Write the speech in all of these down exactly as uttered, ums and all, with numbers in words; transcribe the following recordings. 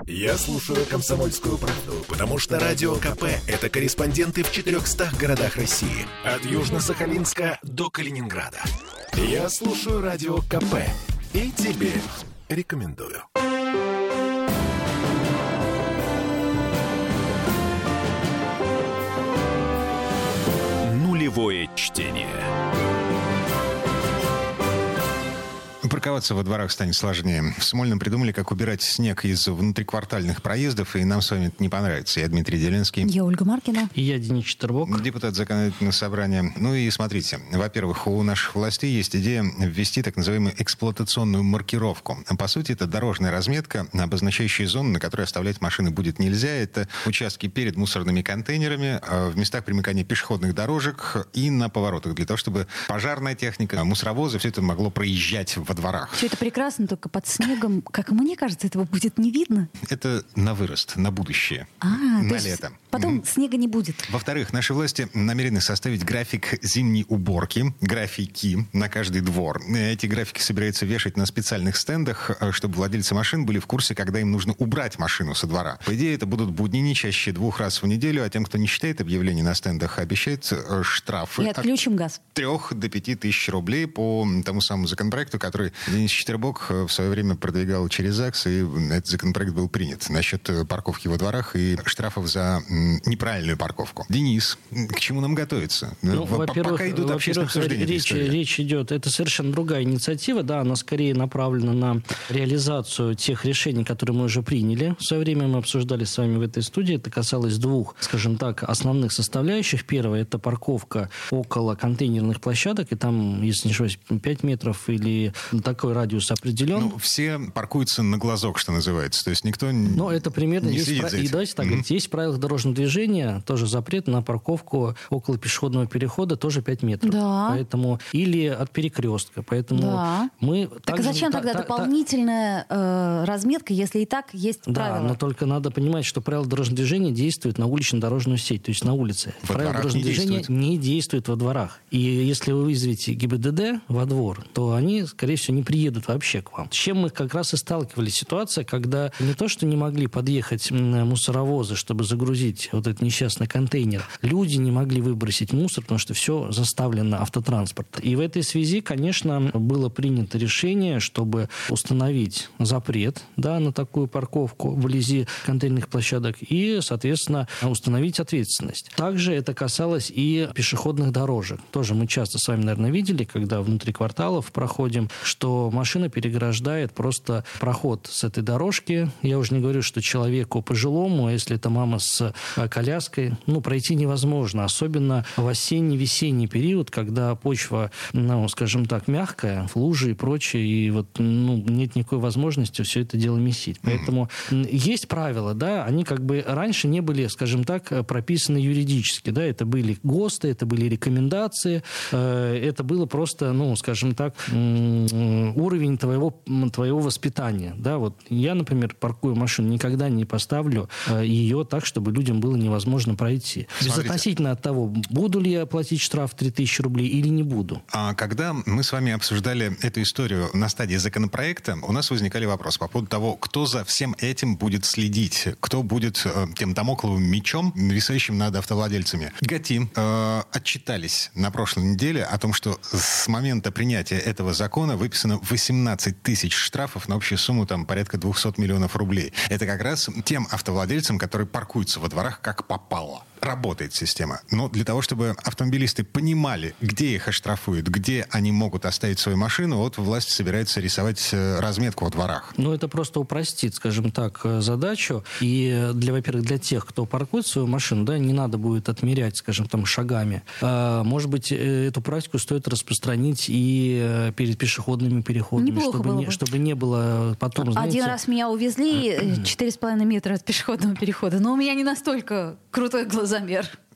Я слушаю «Комсомольскую правду», потому что Радио КП – это корреспонденты в четырехстах городах России. От Южно-Сахалинска до Калининграда. Я слушаю Радио КП и тебе рекомендую. Нулевое чтение. Парковаться во дворах станет сложнее. В Смольном придумали, как убирать снег из внутриквартальных проездов, и нам с вами это не понравится. Я Дмитрий Делинский. Я Ольга Маркина. И я Денис Четербок. Депутат законодательного собрания. Ну и смотрите. Во-первых, у наших властей есть идея ввести так называемую эксплуатационную маркировку. По сути, это дорожная разметка, обозначающая зоны, на которые оставлять машины будет нельзя. Это участки перед мусорными контейнерами, в местах примыкания пешеходных дорожек и на поворотах, для того, чтобы пожарная техника, мусоровозы, все это могло проезжать во дворах. Все это прекрасно, только под снегом, как мне кажется, этого будет не видно. Это на вырост, на будущее, а, на лето. Потом mm. снега не будет. Во-вторых, наши власти намерены составить график зимней уборки, графики на каждый двор. Эти графики собираются вешать на специальных стендах, чтобы владельцы машин были в курсе, когда им нужно убрать машину со двора. По идее, это будут будни не чаще двух раз в неделю, а тем, кто не читает объявлений на стендах, обещает штрафы. И отключим газ. От трех до пяти тысяч рублей по тому самому законопроекту, который Денис Четербок в свое время продвигал через ЗАГС, и этот законопроект был принят насчет парковки во дворах и штрафов за неправильную парковку. Денис, к чему нам готовиться? Ну, во-первых, Пока идут общественные обсуждения. Речь, речь идет, это совершенно другая инициатива, да, она скорее направлена на реализацию тех решений, которые мы уже приняли. В свое время мы обсуждали с вами в этой студии, это касалось двух, скажем так, основных составляющих. Первое, это парковка около контейнерных площадок, и там, если не ошибаюсь, пять метров или такой радиус определен. Ну, все паркуются на глазок, что называется. То есть никто Но это примерно не есть следит про... за этим. И давайте так Mm-hmm. говорить, есть в правилах дорожного движения тоже запрет на парковку около пешеходного перехода, тоже пять метров. Да. Поэтому... Или от перекрестка. Поэтому да. мы... Так также... зачем та, тогда та, дополнительная э, разметка, если и так есть да, правила? но только надо понимать, что правила дорожного движения действуют на улично-дорожную сеть, то есть на улице. Во правила дорожного не движения действует. не действуют во дворах. И если вы вызовете ГИБДД во двор, то они, скорее всего, не приедут вообще к вам. С чем мы как раз и сталкивались. Ситуация, когда не то, что не могли подъехать мусоровозы, чтобы загрузить вот этот несчастный контейнер, люди не могли выбросить мусор, потому что все заставлено автотранспортом. И в этой связи, конечно, было принято решение, чтобы установить запрет, да, на такую парковку вблизи контейнерных площадок и, соответственно, установить ответственность. Также это касалось и пешеходных дорожек. Тоже мы часто с вами, наверное, видели, когда внутри кварталов проходим, что машина переграждает просто проход с этой дорожки. Я уже не говорю, что человеку пожилому, если это мама с коляской, ну, пройти невозможно. Особенно в осенне-весенний период, когда почва, ну, скажем так, мягкая, лужи и прочее, и вот, ну, нет никакой возможности все это дело месить. Поэтому mm-hmm. есть правила, да, они как бы раньше не были, скажем так, прописаны юридически, да, это были ГОСТы, это были рекомендации, это было просто, ну, скажем так, уровень твоего, твоего воспитания, да, вот я, например, паркую машину, никогда не поставлю ее так, чтобы людям было невозможно пройти. Смотрите. Безотносительно от того, буду ли я платить штраф три тысячи рублей или не буду. А когда мы с вами обсуждали эту историю на стадии законопроекта, у нас возникали вопросы по поводу того, кто за всем этим будет следить, кто будет э, тем дамокловым мечом, висящим над автовладельцами. ГАТИ э, отчитались на прошлой неделе о том, что с момента принятия этого закона выписано восемнадцать тысяч штрафов на общую сумму там порядка двести миллионов рублей. Это как раз тем автовладельцам, которые паркуются во дворах как попало. Работает система. Но для того, чтобы автомобилисты понимали, где их оштрафуют, где они могут оставить свою машину, вот власть собирается рисовать разметку во дворах. Ну, это просто упростит, скажем так, задачу. И, для, во-первых, для тех, кто паркует свою машину, да, не надо будет отмерять, скажем, там, шагами. А, может быть, эту практику стоит распространить и перед пешеходными переходами, чтобы не, чтобы не было потом, Один знаете... раз меня увезли четыре с половиной метра от пешеходного перехода, но у меня не настолько крутой глазомер.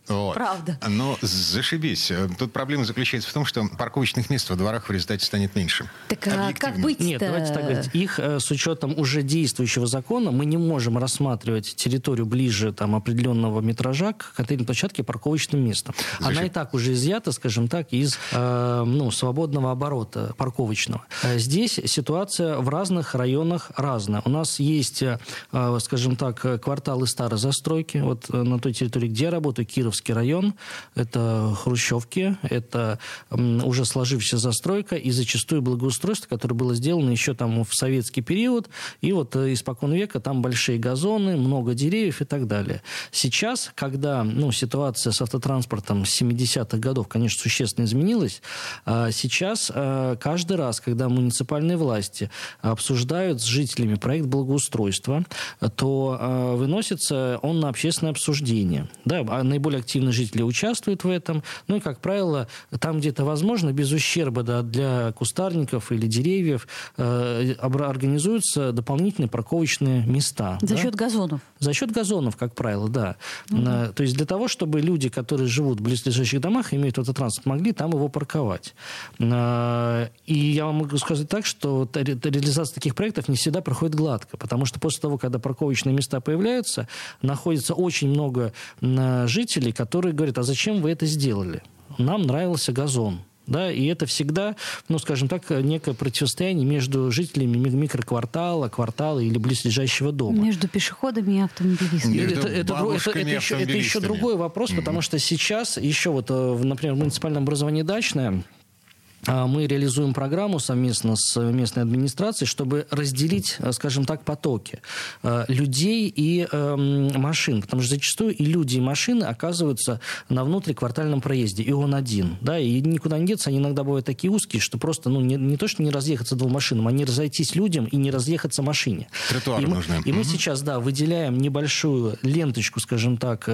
Вот. Правда. Но зашибись. Тут проблема заключается в том, что парковочных мест во дворах в результате станет меньше. Так а как быть-то? Нет, давайте так говорить. Их э, с учетом уже действующего закона мы не можем рассматривать территорию ближе там, определенного метража к контейнерной площадке парковочным местом. Зачем? Она и так уже изъята, скажем так, из э, ну, свободного оборота парковочного. Здесь ситуация в разных районах разная. У нас есть, э, скажем так, кварталы старой застройки. Вот на той территории, где я работаю, Кировский район, это хрущевки, это м, уже сложившаяся застройка и зачастую благоустройство, которое было сделано еще там в советский период. И вот э, испокон века там большие газоны, много деревьев и так далее. Сейчас, когда ну, ситуация с автотранспортом с семидесятых годов, конечно, существенно изменилась, э, сейчас э, каждый раз, когда муниципальные власти обсуждают с жителями проект благоустройства, то э, выносится он на общественное обсуждение. Да, наиболее активные жители участвуют в этом. Ну и, как правило, там, где это возможно, без ущерба да, для кустарников или деревьев, э, организуются дополнительные парковочные места. За да? счет газонов? За счет газонов, как правило, да. Mm-hmm. То есть для того, чтобы люди, которые живут в близлежащих домах, имеют автотранспорт, могли там его парковать. И я вам могу сказать так, что реализация таких проектов не всегда проходит гладко, потому что после того, когда парковочные места появляются, находится очень много жителей, которые говорят, а зачем вы это сделали? Нам нравился газон. Да, и это всегда, ну, скажем так, некое противостояние между жителями микроквартала, квартала или близлежащего дома. Между пешеходами и автомобилистами. Между это, это, это, это, еще, это еще другой вопрос, mm-hmm. потому что сейчас еще вот, например, в муниципальном образовании «Дачное» мы реализуем программу совместно с местной администрацией, чтобы разделить, скажем так, потоки людей и машин. Потому что зачастую и люди, и машины оказываются на внутриквартальном проезде, и он один. Да, и никуда не деться, они иногда бывают такие узкие, что просто ну, не, не то, что не разъехаться двум машинам, а не разойтись людям и не разъехаться машине. Тротуары и мы, нужны. И мы сейчас, да, выделяем небольшую ленточку, скажем так,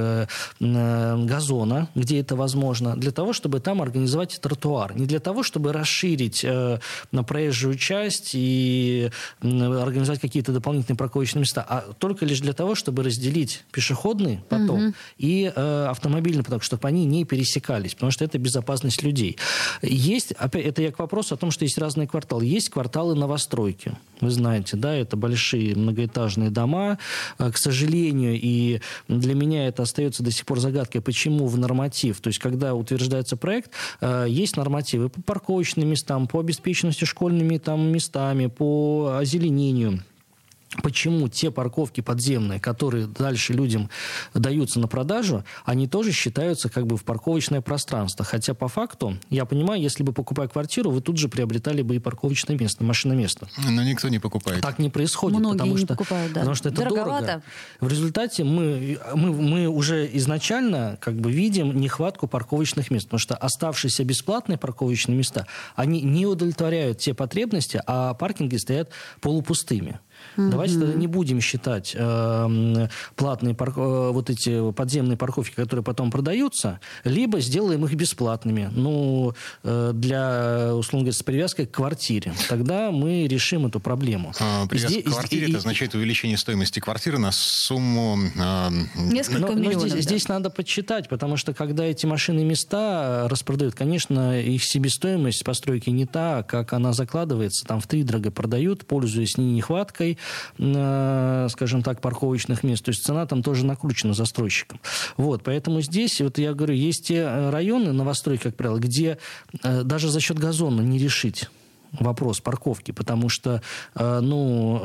газона, где это возможно, для того, чтобы там организовать тротуар. Не для того, чтобы расширить э, на проезжую часть и э, организовать какие-то дополнительные парковочные места, а только лишь для того, чтобы разделить пешеходный поток mm-hmm. и э, автомобильный поток, чтобы они не пересекались, потому что это безопасность людей. Есть, опять, это я к вопросу о том, что есть разные кварталы. Есть кварталы новостройки, вы знаете, да, это большие многоэтажные дома. К сожалению, и для меня это остается до сих пор загадкой, почему в норматив, то есть когда утверждается проект, э, есть нормативы по парковочным местам, по обеспеченности школьными там, местами, по озеленению. Почему те парковки подземные, которые дальше людям даются на продажу, они тоже считаются как бы в парковочное пространство. Хотя по факту, я понимаю, если бы покупая квартиру, вы тут же приобретали бы и парковочное место, машиноместо. Но никто не покупает. Так не происходит. Многие потому не что, покупают, да. Потому что это дороговато. Дорого. В результате мы, мы, мы уже изначально как бы видим нехватку парковочных мест. Потому что оставшиеся бесплатные парковочные места, они не удовлетворяют те потребности, а паркинги стоят полупустыми. Mm-hmm. Давайте тогда не будем считать э, платные парк... э, вот эти подземные парковки, которые потом продаются, либо сделаем их бесплатными, ну, э, для, условно говоря, с привязкой к квартире. Тогда мы решим эту проблему. А, привязка здесь, к квартире, и, это означает увеличение стоимости квартиры на сумму... Э, Несколько но, миллионов. Но здесь, да. здесь надо подсчитать, потому что когда эти машины места распродают, конечно, их себестоимость постройки не та, как она закладывается, там втридорога продают, пользуясь нехваткой, скажем так, парковочных мест. То есть цена там тоже накручена застройщиком. Вот, поэтому здесь, вот я говорю, есть те районы новостройки, как правило, где даже за счет газона не решить вопрос парковки, потому что ну,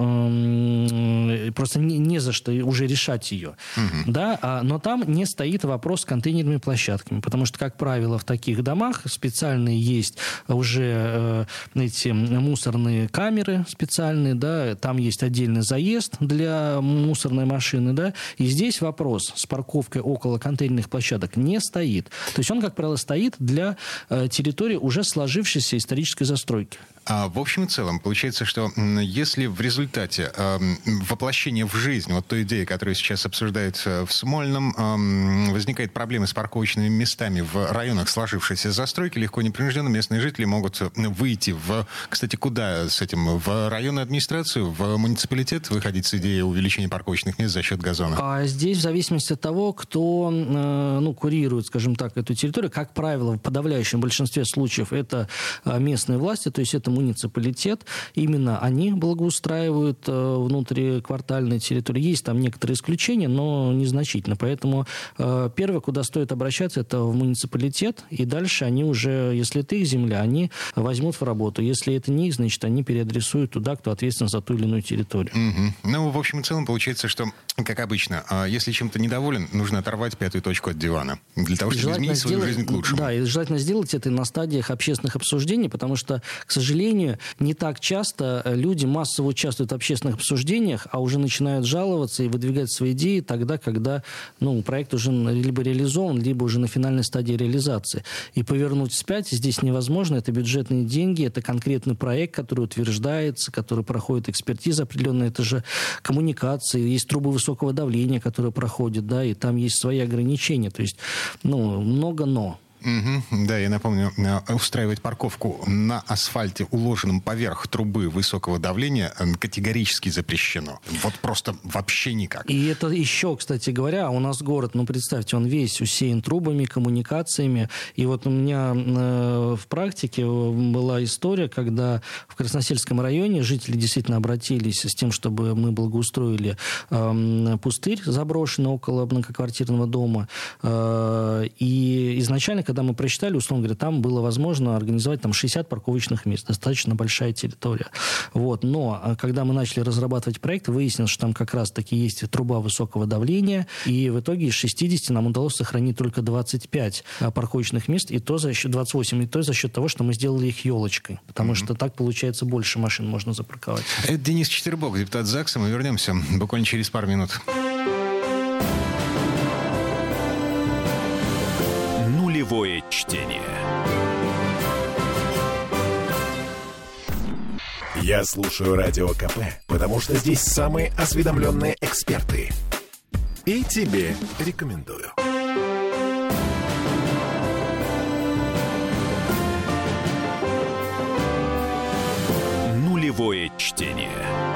э, просто не, не за что уже решать ее. Угу. Да? А, но там не стоит вопрос с контейнерными площадками, потому что, как правило, в таких домах специальные есть уже э, эти мусорные камеры специальные, да? Там есть отдельный заезд для мусорной машины, да? И здесь вопрос с парковкой около контейнерных площадок не стоит. То есть он, как правило, стоит для э, территории уже сложившейся исторической застройки. А в общем и целом, получается, что если в результате э, воплощения в жизнь вот той идеи, которая сейчас обсуждается в Смольном, э, возникает проблема с парковочными местами в районах сложившейся застройки, легко непринужденно местные жители могут выйти в... Кстати, куда с этим? В районную администрацию, в муниципалитет выходить с идеей увеличения парковочных мест за счет газона? А здесь в зависимости от того, кто э, ну, курирует, скажем так, эту территорию, как правило, в подавляющем большинстве случаев это местные власти, то есть это муниципалитет, именно они благоустраивают э, внутриквартальные территории. Есть там некоторые исключения, но незначительно. Поэтому э, первое, куда стоит обращаться, это в муниципалитет, и дальше они уже, если это их земля, они возьмут в работу. Если это не их, значит, они переадресуют туда, кто ответственен за ту или иную территорию. Угу. Ну, в общем и целом, получается, что, как обычно, если чем-то недоволен, нужно оторвать пятую точку от дивана для того, чтобы изменить свою жизнь к лучшему. Да, и желательно сделать это на стадиях общественных обсуждений, потому что, к сожалению, не так часто люди массово участвуют в общественных обсуждениях, а уже начинают жаловаться и выдвигать свои идеи тогда, когда ну, проект уже либо реализован, либо уже на финальной стадии реализации. И повернуть вспять здесь невозможно. Это бюджетные деньги, это конкретный проект, который утверждается, который проходит экспертиза определенная. Это же коммуникации, есть трубы высокого давления, которые проходят, да, и там есть свои ограничения. То есть, ну, много «но». Угу. Да, я напомню, устраивать парковку на асфальте, уложенном поверх трубы высокого давления, категорически запрещено. Вот просто вообще никак. И это еще, кстати говоря, у нас город, ну, представьте, он весь усеян трубами, коммуникациями. И вот у меня э, в практике была история, когда в Красносельском районе жители действительно обратились с тем, чтобы мы благоустроили э, пустырь, заброшенный около многоквартирного дома. Э, и изначально, когда мы просчитали, условно говоря, там было возможно организовать там шестьдесят парковочных мест. Достаточно большая территория. Вот. Но когда мы начали разрабатывать проект, выяснилось, что там как раз-таки есть труба высокого давления. И в итоге из шестидесяти нам удалось сохранить только двадцать пять парковочных мест, и то за счет двадцать восемь, и то за счет того, что мы сделали их елочкой. Потому mm-hmm. что так, получается, больше машин можно запарковать. Это Денис Четербок, депутат ЗАГСа. Мы вернемся буквально через пару минут. Нулевое чтение. Я слушаю Радио КП, потому что здесь самые осведомленные эксперты. И тебе рекомендую. Нулевое чтение.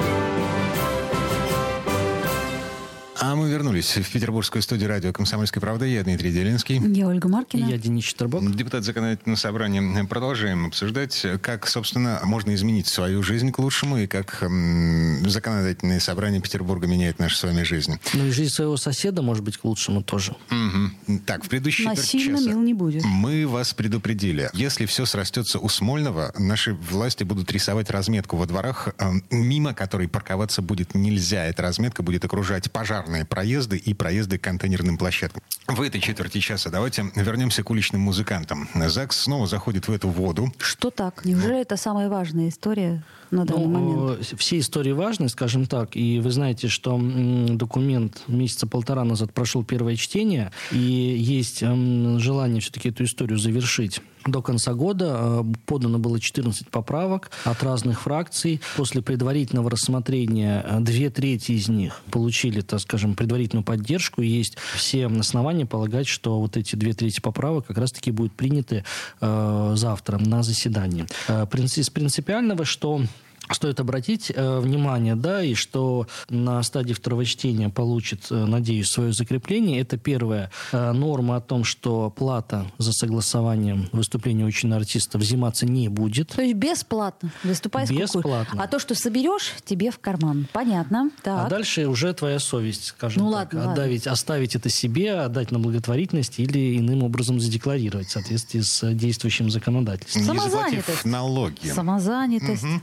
А мы вернулись в петербургскую студию радио «Комсомольская правда». Я Дмитрий Делинский. Я Ольга Маркина. И я Денис Четербок. Депутат Законодательного собрания. Продолжаем обсуждать, как, собственно, можно изменить свою жизнь к лучшему и как м- Законодательное собрание Петербурга меняет нашу с вами жизнь. Ну и жизнь своего соседа может быть к лучшему тоже. Угу. Так, в предыдущей Насильно часа мил не будет. мы вас предупредили. Если все срастется у Смольного, наши власти будут рисовать разметку во дворах, э, мимо которой парковаться будет нельзя. Эта разметка будет окружать пожарные проезды и проезды к контейнерным площадкам. В этой четверти часа давайте вернемся к уличным музыкантам. ЗАГС снова заходит в эту воду. Что так? Неужели это самая важная история на данный ну, момент? Все истории важны, скажем так. И вы знаете, что м, документ месяца полтора назад прошел первое чтение, и есть м, желание все-таки эту историю завершить. До конца года подано было четырнадцать поправок от разных фракций. После предварительного рассмотрения две трети из них получили, так скажем, предварительную поддержку. И есть все основания полагать, что вот эти две трети поправок как раз-таки будут приняты э, завтра на заседании. Э, из принципиального, что... Стоит обратить э, внимание, да, и что на стадии второго чтения получит, э, надеюсь, свое закрепление. Это первая э, норма о том, что плата за согласованием выступления ученого артиста взиматься не будет. То есть бесплатно. Выступай сколько. Бесплатно. А то, что соберешь, тебе в карман. Понятно. Так. А дальше уже твоя совесть, скажем ну, так. Ладно, отдавить, ладно. Оставить это себе, отдать на благотворительность или иным образом задекларировать в соответствии с действующим законодательством. Не заплатив налоги. Самозанятость. Угу. Ну...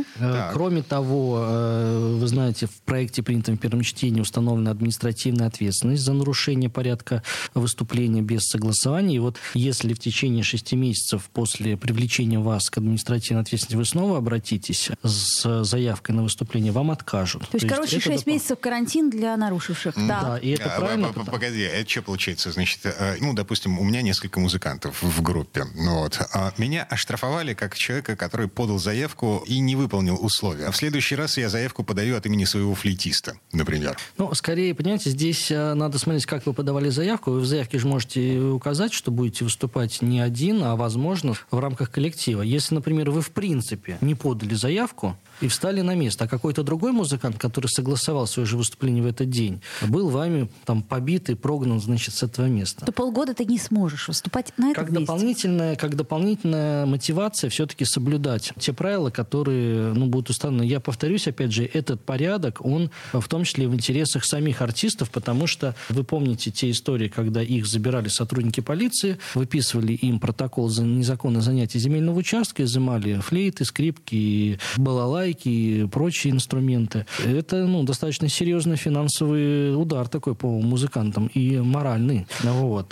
Так. Кроме того, вы знаете, в проекте, принятом в первом чтении, установлена административная ответственность за нарушение порядка выступления без согласования. И вот если в течение шести месяцев после привлечения вас к административной ответственности вы снова обратитесь с заявкой на выступление, вам откажут. То есть, То есть короче, шесть допол... месяцев карантин для нарушивших. Mm. Да. Да, и это а, правильно. Погоди, это что получается? Значит, ну, допустим, у меня несколько музыкантов в группе. Вот. А меня оштрафовали как человека, который подал заявку и не выполнил условия. А в следующий раз я заявку подаю от имени своего флейтиста, например. Ну, скорее, понимаете, здесь надо смотреть, как вы подавали заявку. Вы в заявке же можете указать, что будете выступать не один, а, возможно, в рамках коллектива. Если, например, вы в принципе не подали заявку и встали на место, а какой-то другой музыкант, который согласовал свое же выступление в этот день, был вами там побит и прогнан, значит, с этого места. То полгода ты не сможешь выступать на этом как месте. Дополнительная, как дополнительная мотивация все-таки соблюдать те правила, которые ну, будут установлены. Я повторюсь, опять же, этот порядок, он в том числе в интересах самих артистов, потому что вы помните те истории, когда их забирали сотрудники полиции, выписывали им протокол за незаконное занятие земельного участка, изымали флейты, скрипки, балалайки и прочие инструменты. Это ну, достаточно серьезный финансовый удар такой по музыкантам и моральный. Вот.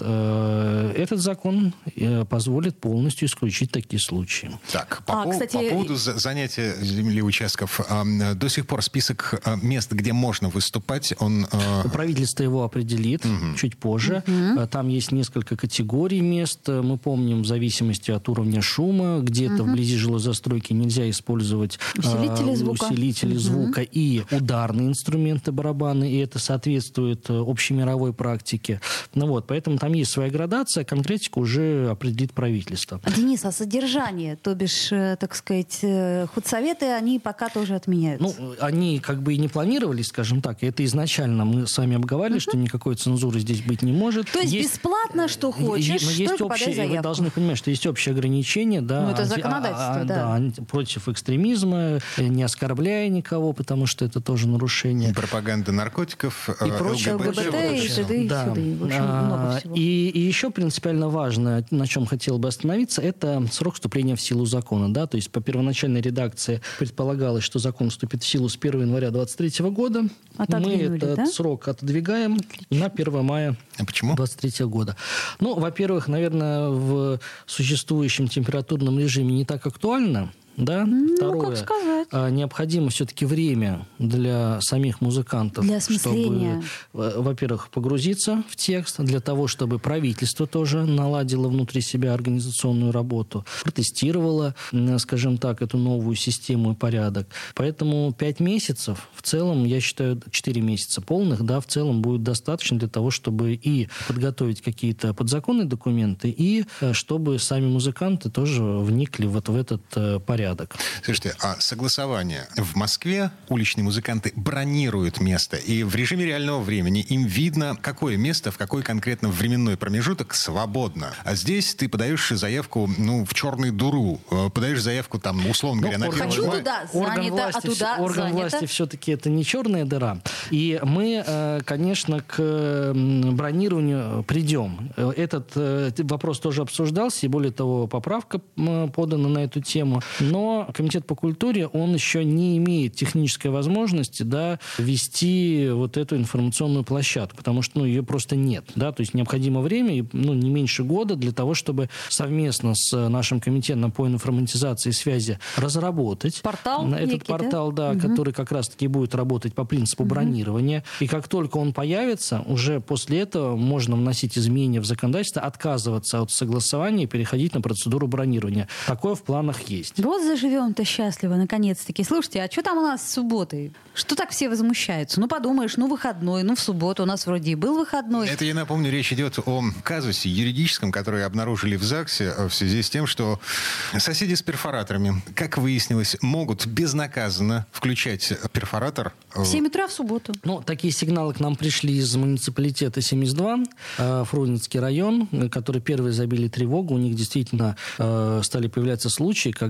Этот закон позволит полностью исключить такие случаи. Так, по, а, по, кстати... по поводу занятия земли участков. До сих пор список мест, где можно выступать, он... Правительство его определит угу. чуть позже. Угу. Там есть несколько категорий мест. Мы помним, в зависимости от уровня шума, где-то угу. вблизи жилой застройки нельзя использовать усилители э, звука, усилители угу. звука и ударные инструменты, барабаны, и это соответствует общемировой практике. Ну вот, поэтому там есть своя градация, конкретику уже определит правительство. Денис, а содержание, то бишь, так сказать, худсоветы, они пока тоже отменяются? Ну, они как бы и не планировались, скажем так, и это изначально мы с вами обговаривали, uh-huh. что никакой цензуры здесь быть не может. То есть, есть бесплатно, что хочешь, но есть только подай заявку. Вы должны понимать, что есть общие ограничения, да, ну, это законодательство, а, а, да. да, против экстремизма, не оскорбляя никого, потому что это тоже нарушение. И пропаганда наркотиков, и прочее, ЛГБТ, и сюды, да. сюды. В общем, а, много всего. И, и еще принципиально важно, на чем хотел бы остановиться, это срок вступления в силу закона. Да? То есть по первоначальной редакции предполагалось, что закон вступит в силу с первого января две тысячи двадцать третьего года. Отодвинули, Мы этот да? срок отодвигаем Отлично. На первое мая а почему? две тысячи двадцать третьего года. Ну, во-первых, наверное, в существующем температурном режиме не так актуально. Да? Ну, Второе, как сказать. необходимо все-таки время для самих музыкантов, для осмысления. Чтобы, во-первых, погрузиться в текст, для того, чтобы правительство тоже наладило внутри себя организационную работу, протестировало, скажем так, эту новую систему и порядок. Поэтому пять месяцев, в целом, я считаю, четыре месяца полных, да, в целом будет достаточно для того, чтобы и подготовить какие-то подзаконные документы, и чтобы сами музыканты тоже вникли вот в этот порядок. Слушайте, а согласование в Москве уличные музыканты бронируют место, и в режиме реального времени им видно, какое место в какой конкретно временной промежуток свободно. А здесь ты подаешь заявку, ну, в черную дуру, подаешь заявку, там, условно говоря, ну, на первое хочу мая. туда, Орган занято, власти, а туда орган занято. власти все-таки это не черная дыра. И мы, конечно, к бронированию придем. Этот вопрос тоже обсуждался, и более того, поправка подана на эту тему. Но Комитет по культуре, он еще не имеет технической возможности, да, вести вот эту информационную площадку, потому что, ну, ее просто нет, да, то есть необходимо время, ну, не меньше года для того, чтобы совместно с нашим комитетом по информатизации и связи разработать портал этот некий, портал, да, да? который как раз-таки будет работать по принципу угу. бронирования. И как только он появится, уже после этого можно вносить изменения в законодательство, отказываться от согласования и переходить на процедуру бронирования. Такое в планах есть. Вот заживем-то счастливо, наконец-таки. Слушайте, а что там у нас с субботой? Что так все возмущаются? Ну, подумаешь, ну, выходной, ну, в субботу у нас вроде и был выходной. Это, я напомню, речь идет о казусе юридическом, который обнаружили в ЗАГСе в связи с тем, что соседи с перфораторами, как выяснилось, могут безнаказанно включать перфоратор. В семь утра в субботу. Ну, такие сигналы к нам пришли из муниципалитета семьдесят два, э, Фрунзенский район, который первые забили тревогу. У них действительно э, стали появляться случаи, когда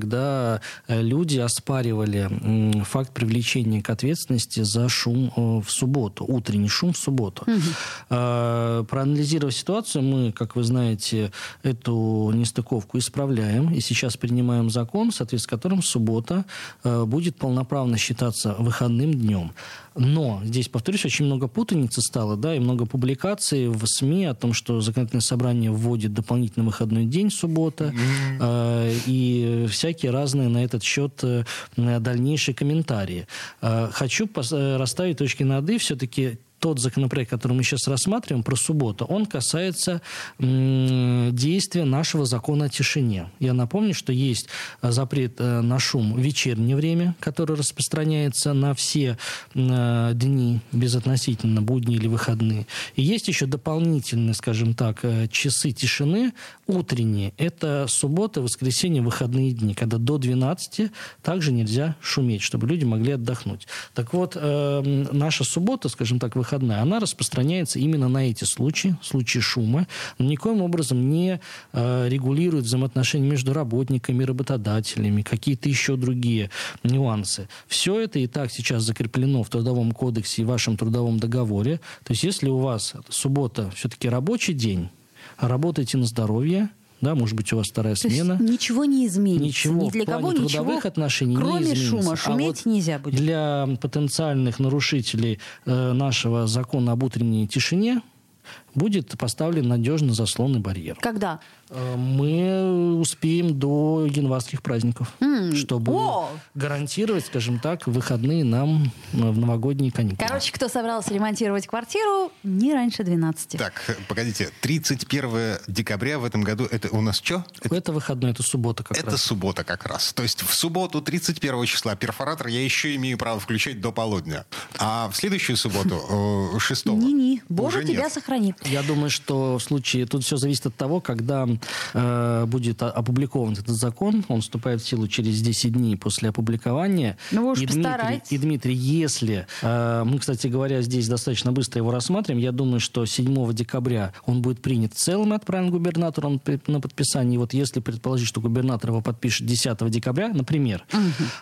когда люди оспаривали факт привлечения к ответственности за шум в субботу, утренний шум в субботу. Угу. Проанализировав ситуацию, мы, как вы знаете, эту нестыковку исправляем, и сейчас принимаем закон, в соответствии с которым суббота будет полноправно считаться выходным днем. Но здесь, повторюсь, очень много путаницы стало, да, и много публикаций в СМИ о том, что законодательное собрание вводит дополнительный выходной день суббота, mm-hmm. э, и всякие разные на этот счет э, дальнейшие комментарии. Э, хочу пос- расставить точки над «и». Все-таки тот законопроект, который мы сейчас рассматриваем, про субботу, он касается м, действия нашего закона о тишине. Я напомню, что есть запрет э, на шум в вечернее время, который распространяется на все э, дни, безотносительно будни или выходные. И есть еще дополнительные, скажем так, э, часы тишины утренние. Это суббота, воскресенье, выходные дни, когда до двенадцати также нельзя шуметь, чтобы люди могли отдохнуть. Так вот, э, наша суббота, скажем так, выходная, она распространяется именно на эти случаи, случаи шума, но никоим образом не э, регулирует взаимоотношения между работниками, работодателями, какие-то еще другие нюансы. Все это и так сейчас закреплено в Трудовом кодексе и в вашем трудовом договоре. То есть, если у вас суббота все-таки рабочий день, работаете на здоровье, да, может быть, у вас вторая То смена. Есть ничего не изменится. Ничего Ни для в плане кого трудовых ничего, отношений кроме не изменится. шума. Шуметь а вот нельзя будет. Для потенциальных нарушителей э, нашего закона об утренней тишине будет поставлен надежный заслонный барьер. Когда? Мы успеем до январских праздников, Mm. чтобы О! гарантировать, скажем так, выходные нам в новогодние каникулы. Короче, кто собрался ремонтировать квартиру, не раньше двенадцати. Так, погодите, тридцать первого декабря в этом году это у нас что? Это, это выходной, это суббота как это раз. Это суббота как раз. То есть в субботу тридцать первого числа перфоратор я еще имею право включать до полудня. А в следующую субботу, шестого, Не-не, Боже уже тебя нет. сохрани. Я думаю, что в случае... Тут все зависит от того, когда э, будет опубликован этот закон. Он вступает в силу через десять дней после опубликования. Ну вы уж и, Дмитрий, постарайтесь. и, Дмитрий, если... Э, мы, кстати говоря, здесь достаточно быстро его рассматриваем. Я думаю, что седьмого декабря он будет принят в целом и отправлен губернатору на подписание. И вот если предположить, что губернатор его подпишет десятого декабря, например, угу.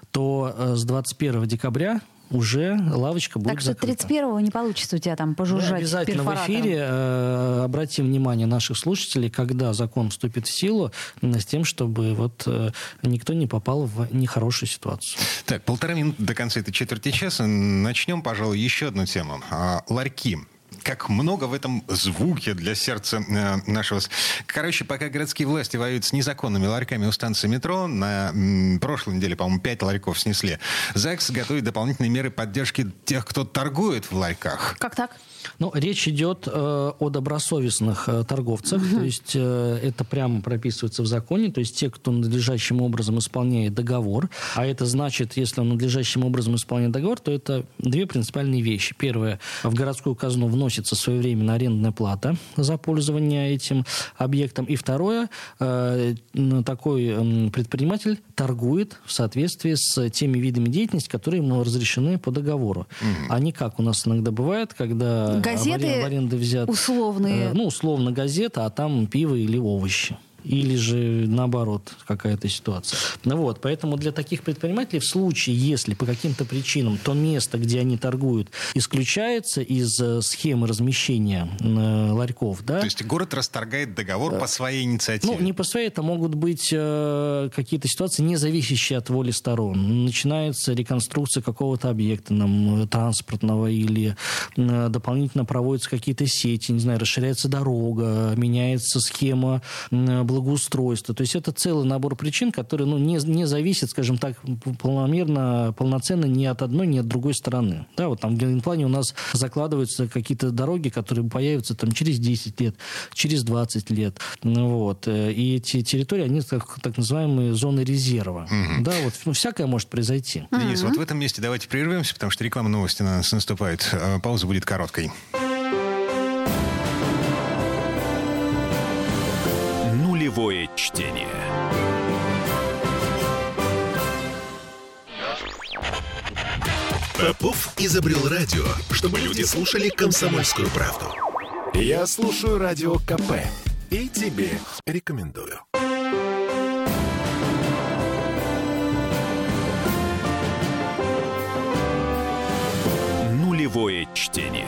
то э, с двадцать первого декабря уже лавочка будет так что закрыта. тридцать первого не получится у тебя там пожужжать. Мы обязательно в эфире э, обратим внимание наших слушателей, когда закон вступит в силу, э, с тем, чтобы вот э, никто не попал в нехорошую ситуацию. Так, полтора минуты до конца этой четверти часа. Начнем, пожалуй, еще одну тему. А, ларьки. Как много в этом звуке для сердца э, нашего... Короче, пока городские власти воюют с незаконными ларьками у станции метро, на м, прошлой неделе, по-моему, пять ларьков снесли, ЗАГС готовит дополнительные меры поддержки тех, кто торгует в ларьках. Как так? Ну, речь идет э, о добросовестных э, торговцах, uh-huh. то есть э, это прямо прописывается в законе, то есть те, кто надлежащим образом исполняет договор, а это значит, если он надлежащим образом исполняет договор, то это две принципиальные вещи. Первое, в городскую казну вносится своевременно арендная плата за пользование этим объектом, и второе, э, такой э, предприниматель торгует в соответствии с теми видами деятельности, которые ему разрешены по договору. Uh-huh. А не как у нас иногда бывает, когда газеты в аренду взят, условные. Э, ну, условно газета, а там пиво или овощи. Или же, наоборот, какая-то ситуация. Ну вот, поэтому для таких предпринимателей в случае, если по каким-то причинам то место, где они торгуют, исключается из э, схемы размещения э, ларьков, да? То есть город расторгает договор э, по своей инициативе? Ну, не по своей, это могут быть э, какие-то ситуации, не зависящие от воли сторон. Начинается реконструкция какого-то объекта нам, транспортного, или э, дополнительно проводятся какие-то сети, не знаю, расширяется дорога, меняется схема э, благоустройства. То есть это целый набор причин, которые ну, не, не зависят, скажем так, полномерно, полноценно ни от одной, ни от другой стороны. Да, вот там в генплане у нас закладываются какие-то дороги, которые появятся там, через десять лет, через двадцать лет. Вот. И эти территории, они как так называемые зоны резерва. Угу. Да, вот, ну, всякое может произойти. Денис, угу. вот в этом месте давайте прервемся, потому что реклама новости на нас наступает. Пауза будет короткой. Нулевое чтение. Попов изобрел радио, чтобы люди слушали комсомольскую правду. Я слушаю радио КП и тебе рекомендую. Полевое чтение.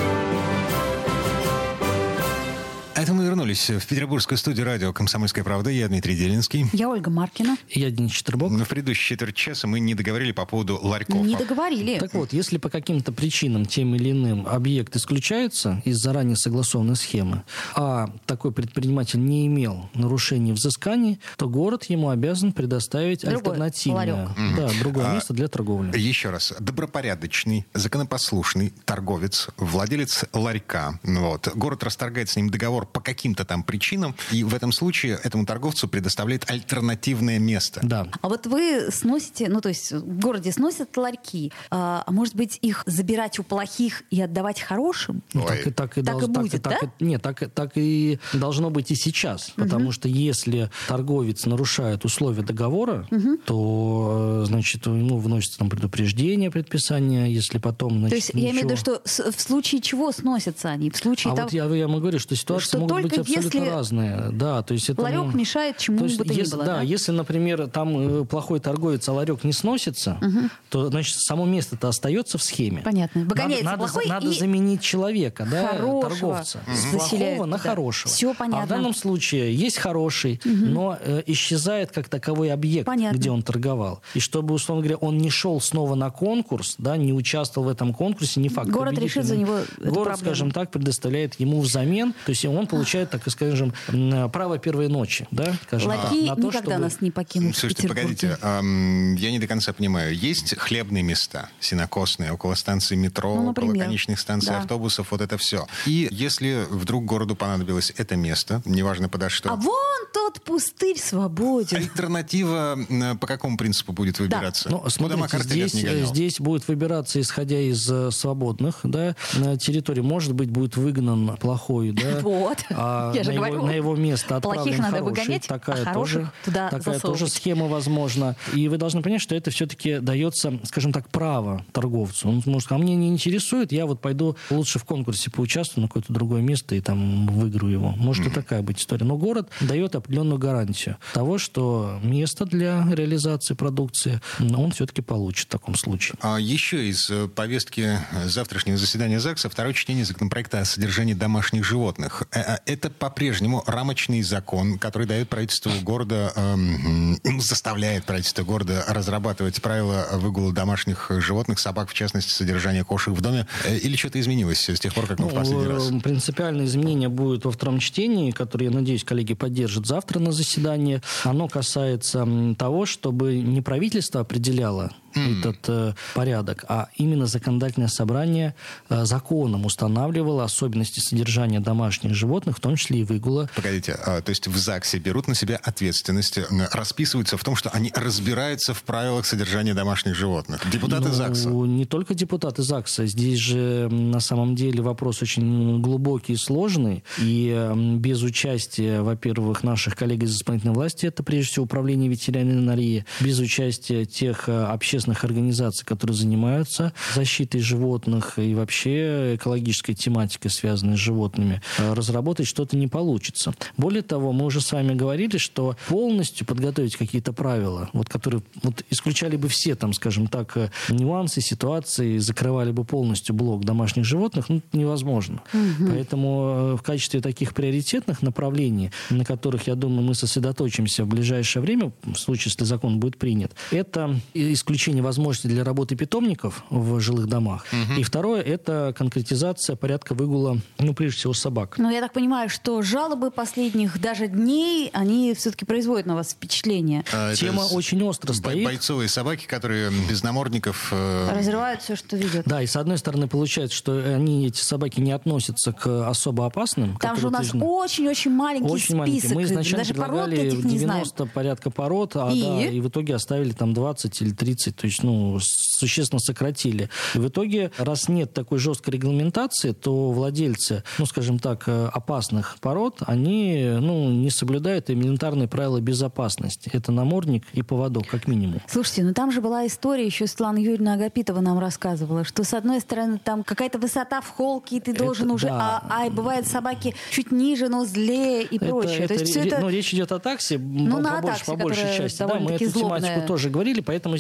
Это мы вернулись в петербургскую студию радио «Комсомольская правда». Я Дмитрий Делинский. Я Ольга Маркина. Я Денис Четербок. Но в предыдущей четверть часа мы не договорили по поводу ларьков. Не договорили. Так вот, если по каким-то причинам тем или иным объект исключается из заранее согласованной схемы, а такой предприниматель не имел нарушений взысканий, то город ему обязан предоставить Другой альтернативное, ларек. да, другое А, место для торговли. Еще раз. Добропорядочный, законопослушный торговец, владелец ларька. Вот. Город расторгает с ним договор по каким-то там причинам, и в этом случае этому торговцу предоставляет альтернативное место. Да. А вот вы сносите, ну то есть в городе сносят ларьки, а, а может быть их забирать у плохих и отдавать хорошим? Ну, Ой. так и, так и, Так долж- и будет, так, да? так и- нет, так, и- так и должно быть и сейчас. Потому что если торговец нарушает условия договора, то, э, значит, ему вносится там предупреждение, предписание, если потом, значит, То есть я имею в виду, ничего. что с- в случае чего сносятся они? В случае А того, вот я, я вам говорю, что ситуации Что могут быть только абсолютно если разные. Да, то есть это, ларек ну, мешает чему то есть бы то ни если, было, да, да? если, например, там э, плохой торговец, а ларек не сносится, то, значит, само место-то остается в схеме. Понятно. Выгоняется надо, надо, плохой надо и заменить человека, да, хорошего торговца. С заселяет плохого на туда. хорошего. Всё А понятно. в данном случае есть хороший, но э, исчезает как таковой объект, Понятно. где он торговал. И чтобы, условно говоря, он не шел снова на конкурс, да, не участвовал в этом конкурсе, не факт Город решит за него эту Город, проблему. скажем так, предоставляет ему взамен, то есть он получает, так скажем, м, право первой ночи, да, скажем так, ларьки на то, никогда чтобы- нас не покинут в Слушайте, Петербурге. погодите, ам, я не до конца понимаю. Есть хлебные места, сенокосные, около станции метро, Ну, около например. конечных станций Да. автобусов, вот это все. И если вдруг городу понадобилось это место, неважно подо что, А вон тот пустырь свободен. альтернатива м, по какому принципу будет выбираться? Ну, Куда смотрите, Макар здесь, не гонял? здесь будет выбираться, исходя из э, свободных, да, на территории. Может быть, будет выгнан плохой, да, Вот. а Я же на, его, говорю. на его место Плохих отправлен надо хороший. выгонять, а такая хороших тоже, туда такая засовывать. тоже схема возможна. И вы должны понять, что это все-таки дается, скажем так, право торговцу. Он может сказать, а мне не интересует, я вот пойду лучше в конкурсе поучаствую на какое-то другое место и там выиграю его. Может и такая быть история. Но город дает определенную гарантию того, что место для реализации продукции он все-таки получит в таком случае. А еще из э, повестки завтрашнего заседания ЗАГСа второе чтение законопроекта о содержании домашних животных. Э, э, Это по-прежнему рамочный закон, который дает правительству города, эм, заставляет правительство города разрабатывать правила выгула домашних животных, собак, в частности, содержания кошек в доме. Э, Или что-то изменилось с тех пор, как мы в последний раз? Ну, принципиальное изменение будет во втором чтении, которое, я надеюсь, коллеги поддержат завтра на заседании. Оно касается м, того, чтобы не правительство определяло этот э, порядок, а именно законодательное собрание э, законом устанавливало особенности содержания домашних животных, в том числе и выгула. Погодите, а, то есть в ЗАГСе берут на себя ответственность, м, расписываются в том, что они разбираются в правилах содержания домашних животных. Депутаты Ну, ЗАГСа. Не только депутаты ЗАГСа. Здесь же м, на самом деле вопрос очень глубокий и сложный. И м, без участия, во-первых, наших коллег из исполнительной власти, это прежде всего управление ветеринарии, без участия тех э, общественных организаций, которые занимаются защитой животных и вообще экологической тематикой, связанной с животными, э, разработать что-то не получится. Более того, мы уже с вами говорили, что полностью подготовить какие-то правила, вот, которые вот, исключали бы все, там, скажем так, э, нюансы, ситуации, закрывали бы полностью блок домашних животных, ну, это невозможно. Поэтому э, в качестве таких приоритетных направлений, на которых, я думаю, мы сосредоточимся в ближайшее время, в случае, если закон будет принят, это исключение возможностей для работы питомников в жилых домах. И второе, это конкретизация порядка выгула, ну, прежде всего, собак. Но я так понимаю, что жалобы последних даже дней, они все-таки производят на вас впечатление. А, это Тема с- очень остро бо- стоит. Бойцовые собаки, которые без намордников... э, Разрывают все, что видят. Да, и с одной стороны получается, что они, эти собаки, не относятся к особо опасным. Там которые же у нас утверждены. очень-очень маленький Очень маленький. список. Мы изначально Даже пород предлагали этих не знаем. девяносто порядка пород, а, И? да, и в итоге оставили там двадцать или тридцать, то есть, ну, существенно сократили. И в итоге, раз нет такой жесткой регламентации, то владельцы, ну, скажем так, э, опасных пород, они, ну, не соблюдают элементарные правила безопасности. Это намордник и поводок, как минимум. Слушайте, ну там же была история, еще Светлана Юрьевна Агапитова нам рассказывала, что с одной стороны там какая-то высота в холке, и ты Это должен уже... да. А, а бывают собаки чуть ниже, но злее и прочее. То есть все ре- это... Ну, речь идет о таксе, Ну, по, на по, больш- таксе, по большей которая части. Да, мы довольно-таки эту тематику злобная. тоже говорили, поэтому здесь и нужны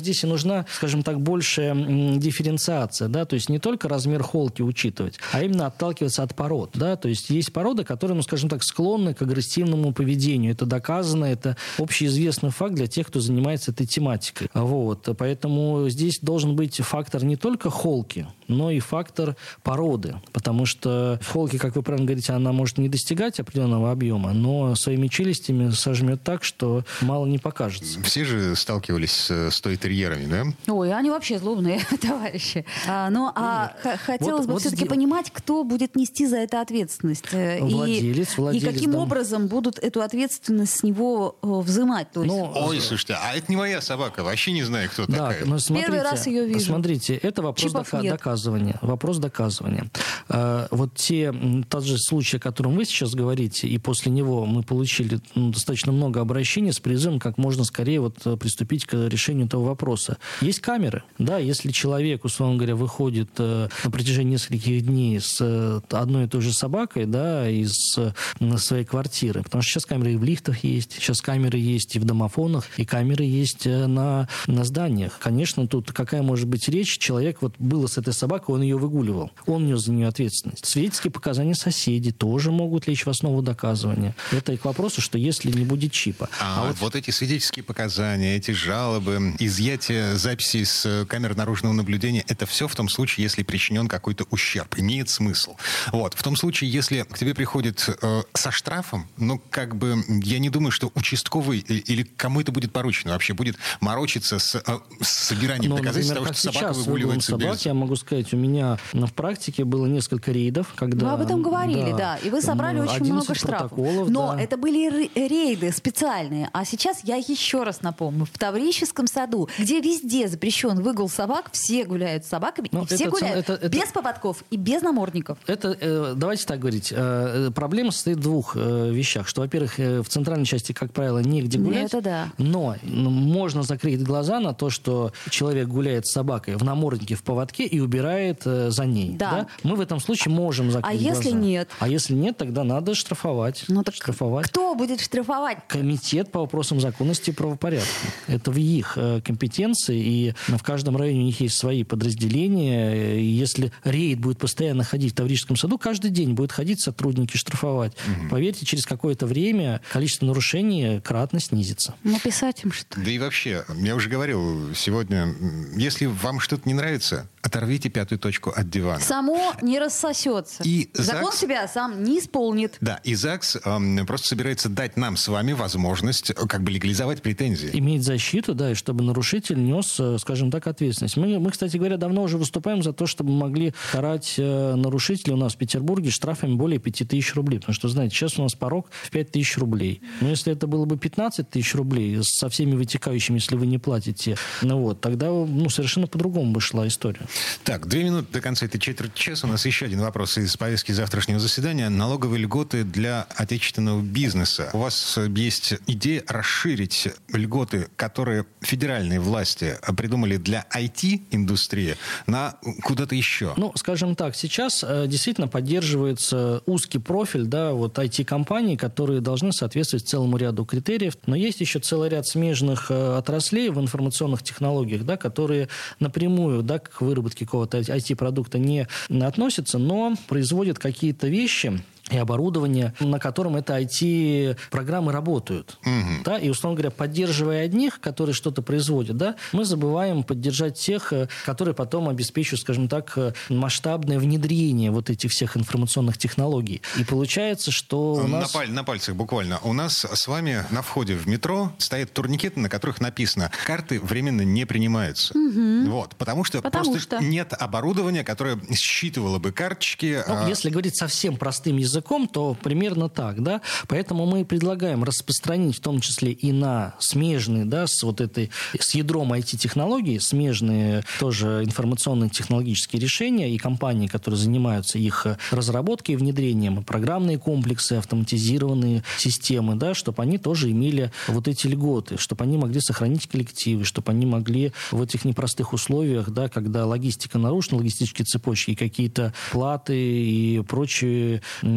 нужна, скажем так, большая дифференциация, да, то есть не только размер холки учитывать, а именно отталкиваться от пород, да, то есть есть породы, которые, ну, скажем так, склонны к агрессивному поведению. Это доказано, это общеизвестный факт для тех, кто занимается этой тематикой. Вот, поэтому здесь должен быть фактор не только холки, но и фактор породы, потому что в холке, как вы правильно говорите, она может не достигать определенного объема, но своими челюстями сожмет так, что мало не покажется. Все же сталкивались с тойтерьерами, да? Ой, они вообще злобные товарищи. А, ну, а х- хотелось Вот- бы вот все-таки здесь- понимать, кто будет нести за это ответственность. э, Владелец, и, владелец, и каким да. образом будут эту ответственность с него э, взимать. То есть, Ну, Ой, слушайте, а это не моя собака, вообще не знаю, кто Да, такая. но смотрите, Первый раз ее вижу. Смотрите, это вопрос Чипов дока- нет. доказывания. Вопрос доказывания. Э, вот те, м, тот же случай, о котором вы сейчас говорите, и после него мы получили ну, достаточно много обращений с призывом как можно скорее вот, э, приступить к решению этого вопроса. Есть камеры. Да, если человек, условно говоря, выходит э, на протяжении нескольких дней с э, одной и той же собакой, да, из э, своей квартиры, потому что сейчас камеры и в лифтах есть, сейчас камеры есть и в домофонах, и камеры есть э, на, на зданиях. Конечно, тут какая может быть речь? Человек вот был с этой собакой, он ее выгуливал. Он нес за нее ответственность. Свидетельские показания соседей тоже могут лечь в основу доказывания. Это и к вопросу, что если не будет чипа. А, А вот, вот эти свидетельские показания, эти жалобы, изъятие записей с камер наружного наблюдения, это все в том случае, если причинен какой-то ущерб, имеет смысл. Вот. В том случае, если к тебе приходит э, со штрафом, ну, как бы, я не думаю, что участковый и- или кому это будет поручено вообще, будет морочиться с, э, с собиранием Но, доказательств например, того, как что собака сейчас с выгулом выгуливается собак, без... я могу сказать, у меня в практике было несколько рейдов, когда... Вы об этом говорили, да. И вы собрали ну, очень много одиннадцать штрафов. протоколов, Но да. это были ре- рейды специальные. А сейчас я еще раз напомню. В Таврическом саду, где везде запрещен выгул собак, все гуляют с собаками. Ну, и все это гуляют ц- это- это- без поводков и без намордников. Это, э, давайте так говорить, э, проблема состоит в двух э, вещах. Что, во-первых, э, в центральной части, как правило, негде гулять. Это да. Но ну, можно закрыть глаза на то, что человек гуляет с собакой в наморднике, в поводке и убирает э, за ней. Да. Мы в этом случае можем закрыть А если глаза. нет? А если нет, тогда надо штрафовать. Ну так штрафовать. кто будет штрафовать? Комитет по вопросам законности и правопорядка. Это в их э, компетенции, и в каждом районе у них есть свои подразделения. И если рейд будет постоянно ходить в Таврическом саду, каждый день будут ходить сотрудники штрафовать. Угу. Поверьте, через какое-то время количество нарушений кратно снизится. Написать им, что ли? Да и вообще, я уже говорил сегодня, если вам что-то не нравится, оторвите пятую точку от дивана. Само не рассосется. И Закон ЗАГС- себя сам не исполнит. Да, и ЗАГС эм, просто собирается дать нам с вами возможность э, как бы легализовать претензии. Иметь защиту, да, и чтобы нарушитель нес, э, скажем так, ответственность. Мы, мы, кстати говоря, давно уже выступаем за то, чтобы могли карать э, нарушителей у нас в Петербурге штрафами более пяти тысяч рублей. Потому что, знаете, сейчас у нас порог в пять тысяч рублей. Но если это было бы пятнадцать тысяч рублей со всеми вытекающими, если вы не платите, ну вот, тогда ну, совершенно по-другому бы шла история. Так, две минуты до конца этой четверти часа. У нас еще один вопрос из повестки завтрашнего заседания. Налоговые льготы для отечественного бизнеса. У вас есть идея расширить льготы, которые федеральные власти придумали для ай ти-индустрии, на куда-то еще? Ну, скажем так, сейчас э, действительно поддерживается узкий профиль, да, вот ай ти-компаний, которые должны соответствовать целому ряду критериев. Но есть еще целый ряд смежных э, отраслей в информационных технологиях, да, которые напрямую, да, к выработке какого-то ай ти-продукта не относятся, но производят какие-то вещи и оборудование, на котором это ай ти-программы работают. Угу. Да? И, условно говоря, поддерживая одних, которые что-то производят, да, мы забываем поддержать тех, которые потом обеспечивают, скажем так, масштабное внедрение вот этих всех информационных технологий. И получается, что у нас... На, паль- на пальцах буквально. У нас с вами на входе в метро стоят турникеты, на которых написано: карты временно не принимаются. Угу. Вот, потому что Потому просто что. нет оборудования, которое считывало бы карточки. Ну, а- если говорить совсем простым языком, то примерно так, да. Поэтому мы предлагаем распространить в том числе и на смежные, да, с вот этой, с ядром ай ти-технологий, смежные тоже информационные технологические решения и компании, которые занимаются их разработкой и внедрением, программные комплексы, автоматизированные системы, да, чтобы они тоже имели вот эти льготы, чтобы они могли сохранить коллективы, чтобы они могли в этих непростых условиях, да, когда логистика нарушена, логистические цепочки, какие-то платы и прочие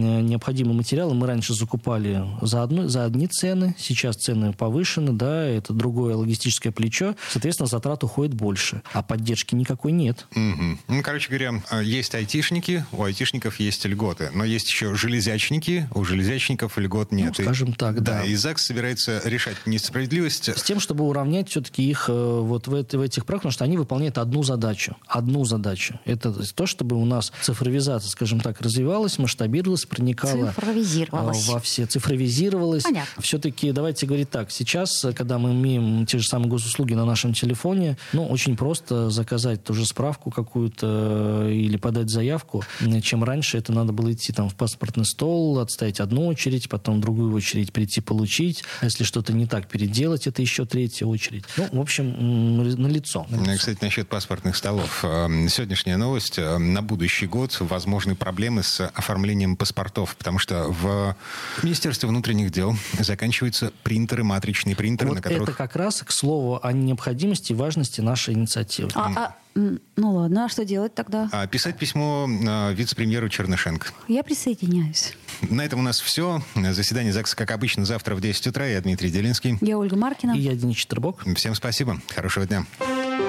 необходимые материалы мы раньше закупали за, одну, за одни цены, сейчас цены повышены, да, это другое логистическое плечо, соответственно, затрат уходит больше, а поддержки никакой нет. Угу. Ну, короче говоря, есть айтишники, у айтишников есть льготы, но есть еще железячники, у железячников льгот нет. Ну, скажем так, и, да. да. И ЗАГС собирается решать несправедливость. С тем, чтобы уравнять все-таки их вот в, это, в этих проектах, потому что они выполняют одну задачу. Одну задачу. Это то, чтобы у нас цифровизация, скажем так, развивалась, масштабировалась, проникала во все, цифровизировалась. Понятно. Все-таки, давайте говорить так, сейчас, когда мы имеем те же самые госуслуги на нашем телефоне, ну, очень просто заказать ту же справку какую-то или подать заявку, чем раньше это надо было идти там в паспортный стол, отстоять одну очередь, потом в другую очередь прийти получить, а если что-то не так переделать, это еще третья очередь. Ну, в общем, налицо. налицо. Кстати, насчет паспортных столов. Сегодняшняя новость. На будущий год возможны проблемы с оформлением паспортов, потому что в Министерстве внутренних дел заканчиваются принтеры, матричные принтеры, вот на которых... это как раз, к слову, о необходимости и важности нашей инициативы. А, а, ну ладно, а что делать тогда? А, писать письмо вице-премьеру Чернышенко. Я присоединяюсь. На этом у нас все. Заседание ЗАГСа, как обычно, завтра в десять утра. Я Дмитрий Делинский. Я Ольга Маркина. И я Денис Четербок. Всем спасибо. Хорошего дня.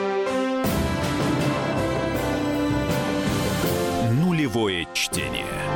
Нулевое чтение.